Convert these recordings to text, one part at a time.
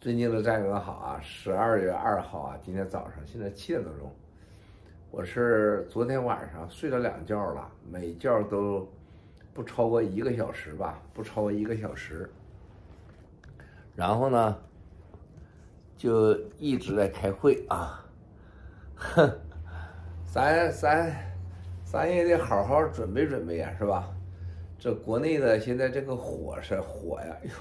尊敬的战友们好啊！12月2号啊，今天早上现在7点多钟，我是昨天晚上睡了2觉了，每觉都不超过1个小时吧，不超过1个小时。然后呢，就一直在开会啊，哼，咱也得好好准备准备呀，是吧？这国内的现在这个火呀，哎呦，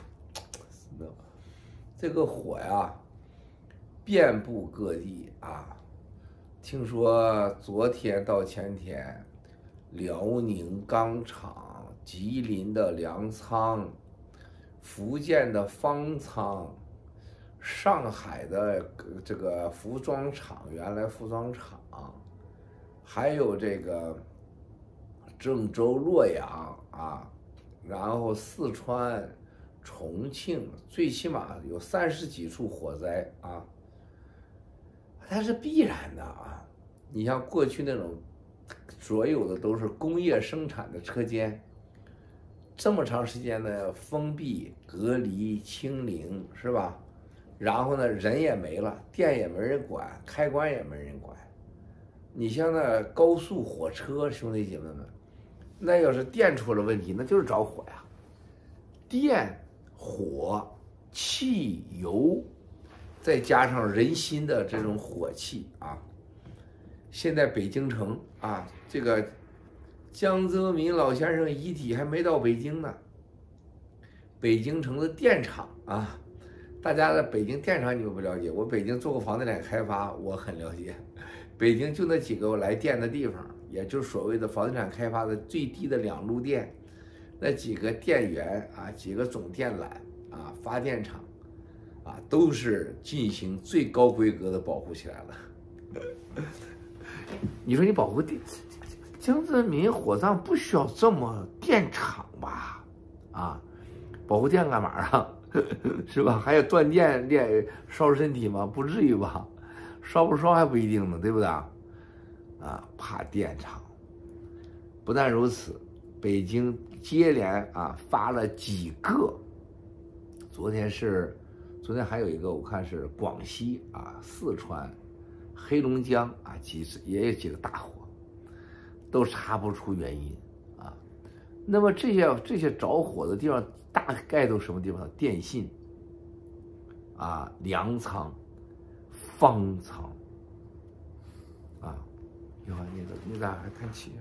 这个火呀，遍布各地啊！听说昨天到前天，辽宁钢厂、吉林的粮仓、福建的方舱、上海的这个服装厂，原来服装厂，还有这个郑州、洛阳啊，然后四川、重庆，最起码有30几处火灾啊，它是必然的啊。你像过去那种，所有的都是工业生产的车间，这么长时间的封闭、隔离、清零，是吧？然后呢，人也没了，电也没人管，开关也没人管。你像那高速火车，兄弟姐妹们，那要是电出了问题，那就是着火呀。电、火、汽油，再加上人心的这种火气啊。现在北京城啊，这个江泽民老先生遗体还没到北京呢。北京城的电厂啊，大家的北京电厂你们不了解，我北京做过房地产开发，我很了解。北京就那几个来电的地方，也就是所谓的房地产开发的最低的2路电，那几个电源啊，几个总电缆啊，发电厂啊，都是进行最高规格的保护起来了。你说你保护江泽民火葬不需要这么电厂吧？啊，保护电干嘛啊？是吧？还有断电烧身体吗？不至于吧？烧不烧还不一定呢，对不对？啊，怕电厂。不但如此，北京接连啊发了几个，昨天还有一个，我看是广西啊、四川、黑龙江啊也有几个大火，都查不出原因啊。那么这些着火的地方大概都什么地方？电信啊、粮仓、方舱啊。哟，你咋还叹气？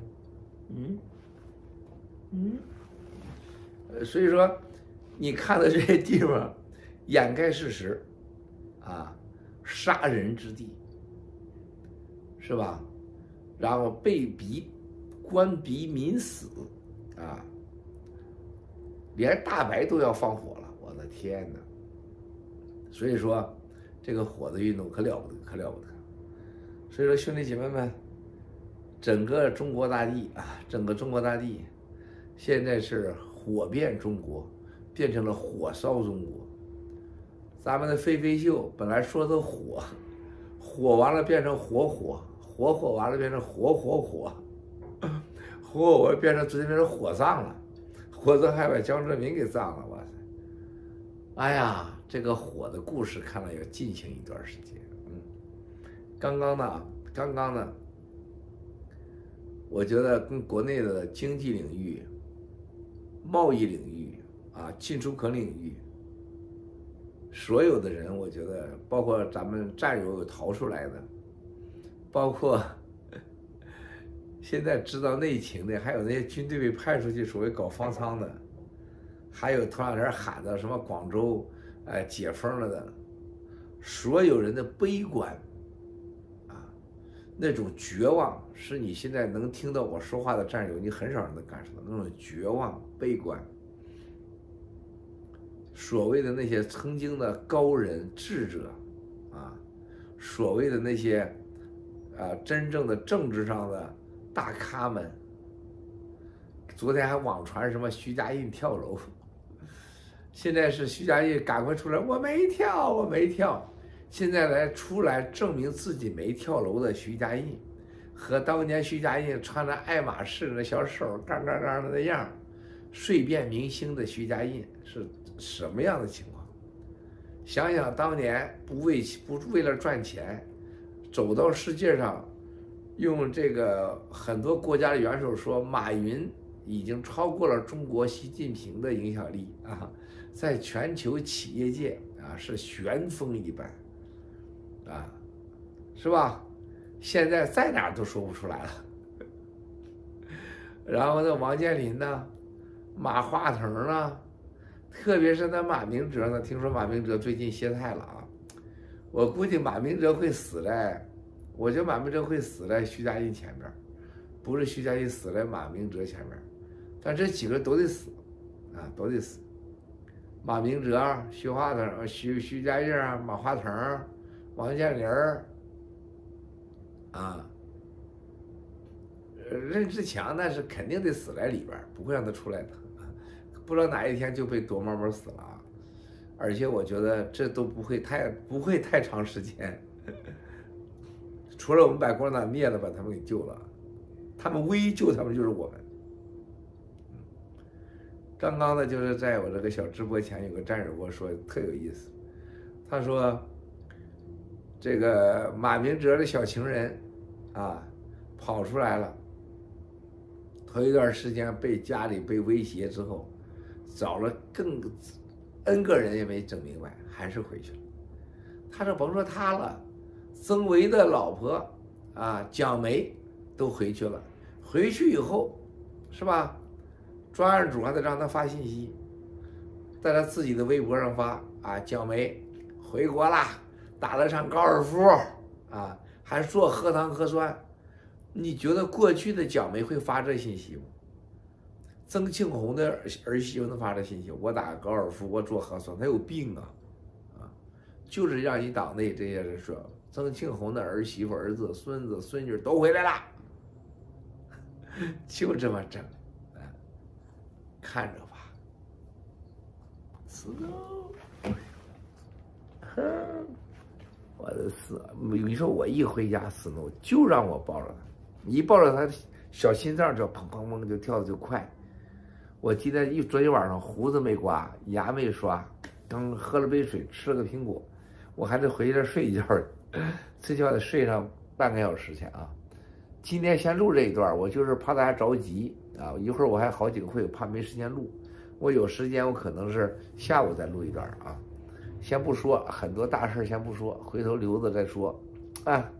所以说，你看的这些地方，掩盖事实，啊，杀人之地，是吧？然后官逼民死，啊，连大白都要放火了，我的天哪！所以说，这个火的运动可了不得，可了不得。所以说，兄弟姐妹们，整个中国大地啊，整个中国大地，现在是火遍中国，变成了火烧中国。咱们的飞飞秀本来说的火完了变成火完了变成火完了变成直接变成火葬了，火葬还把江泽民给葬了，哇塞！哎呀，这个火的故事看了要进行一段时间。刚刚呢，我觉得跟国内的经济领域、贸易领域啊、进出口领域，所有的人，我觉得包括咱们战友有逃出来的，包括现在知道内情的，还有那些军队被派出去所谓搞方舱的，还有头两天喊的什么广州解封了的，所有人的悲观啊，那种绝望，是你现在能听到我说话的战友，你很少人能感受到那种绝望、悲观。所谓的那些曾经的高人智者，啊，所谓的那些真正的政治上的大咖们，昨天还网传什么徐家印跳楼，现在是徐家印赶快出来，我没跳，现在来出来证明自己没跳楼的徐家印，和当年徐家印穿着爱马仕那小手杠杠杠的那样，睡遍明星的徐家印是什么样的情况？ 想想当年不为了赚钱，走到世界上，用这个很多国家的元首说，马云已经超过了中国习近平的影响力啊，在全球企业界啊是旋风一般，啊，是吧？现在在哪儿都说不出来了。然后呢，王健林呢，马化腾呢，特别是那马明哲呢，听说马明哲最近歇菜了啊，我估计马明哲会死在，我觉得马明哲会死在徐家印前边，不是徐家印死在马明哲前面，但这几个都得死，啊，都得死。马明哲、徐家印、马化腾、王健林啊。任志强那是肯定得死在里边，不会让他出来的，不知道哪一天就被躲猫猫死了啊！而且我觉得这都不会太长时间，除了我们把共产党灭了，把他们给救了，他们唯一救他们就是我们。刚刚呢，就是在我这个小直播前有个战友跟我说特有意思，他说这个马明哲的小情人啊跑出来了。头一段时间被家里被威胁之后，找了N 个人也没整明白，还是回去了。他说甭说他了，曾维的老婆啊蒋梅都回去了。回去以后，是吧？专案组还得让他发信息，在他自己的微博上发啊，蒋梅回国啦，打了场高尔夫啊，还做核糖核酸。你觉得过去的蒋梅会发这信息吗？曾庆红的儿媳妇能发这信息？我打高尔夫，我做核酸，他有病啊！啊，就是让你党内这些人说，曾庆红的儿媳妇、儿子、孙子、孙女都回来了，就这么整，啊，看着吧，死狗！我的死！你说我一回家死怒，就让我抱着他。一抱着他，小心脏就砰砰砰就跳的就快。我昨天晚上胡子没刮，牙没刷，刚喝了杯水，吃了个苹果，我还得回去这睡一觉，最起码得睡上半个小时去啊。今天先录这一段，我就是怕大家着急啊，一会儿我还好几个会，怕没时间录。我有时间，我可能是下午再录一段啊。先不说很多大事，先不说，回头留着再说啊。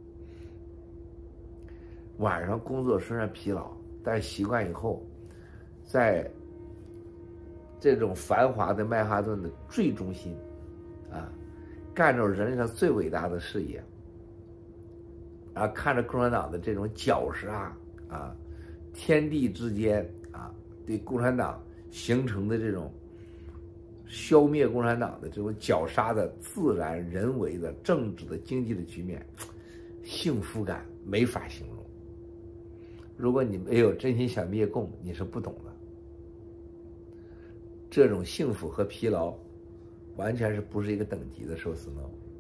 晚上工作虽然疲劳，但习惯以后，在这种繁华的曼哈顿的最中心，啊，干着人类上最伟大的事业，啊，看着共产党的这种绞杀啊，天地之间啊，对共产党形成的这种消灭共产党的这种绞杀的自然人为的政治的经济的局面，幸福感没法形容。如果你没有真心想灭共，你是不懂的。这种幸福和疲劳，完全是不是一个等级的，寿司呢？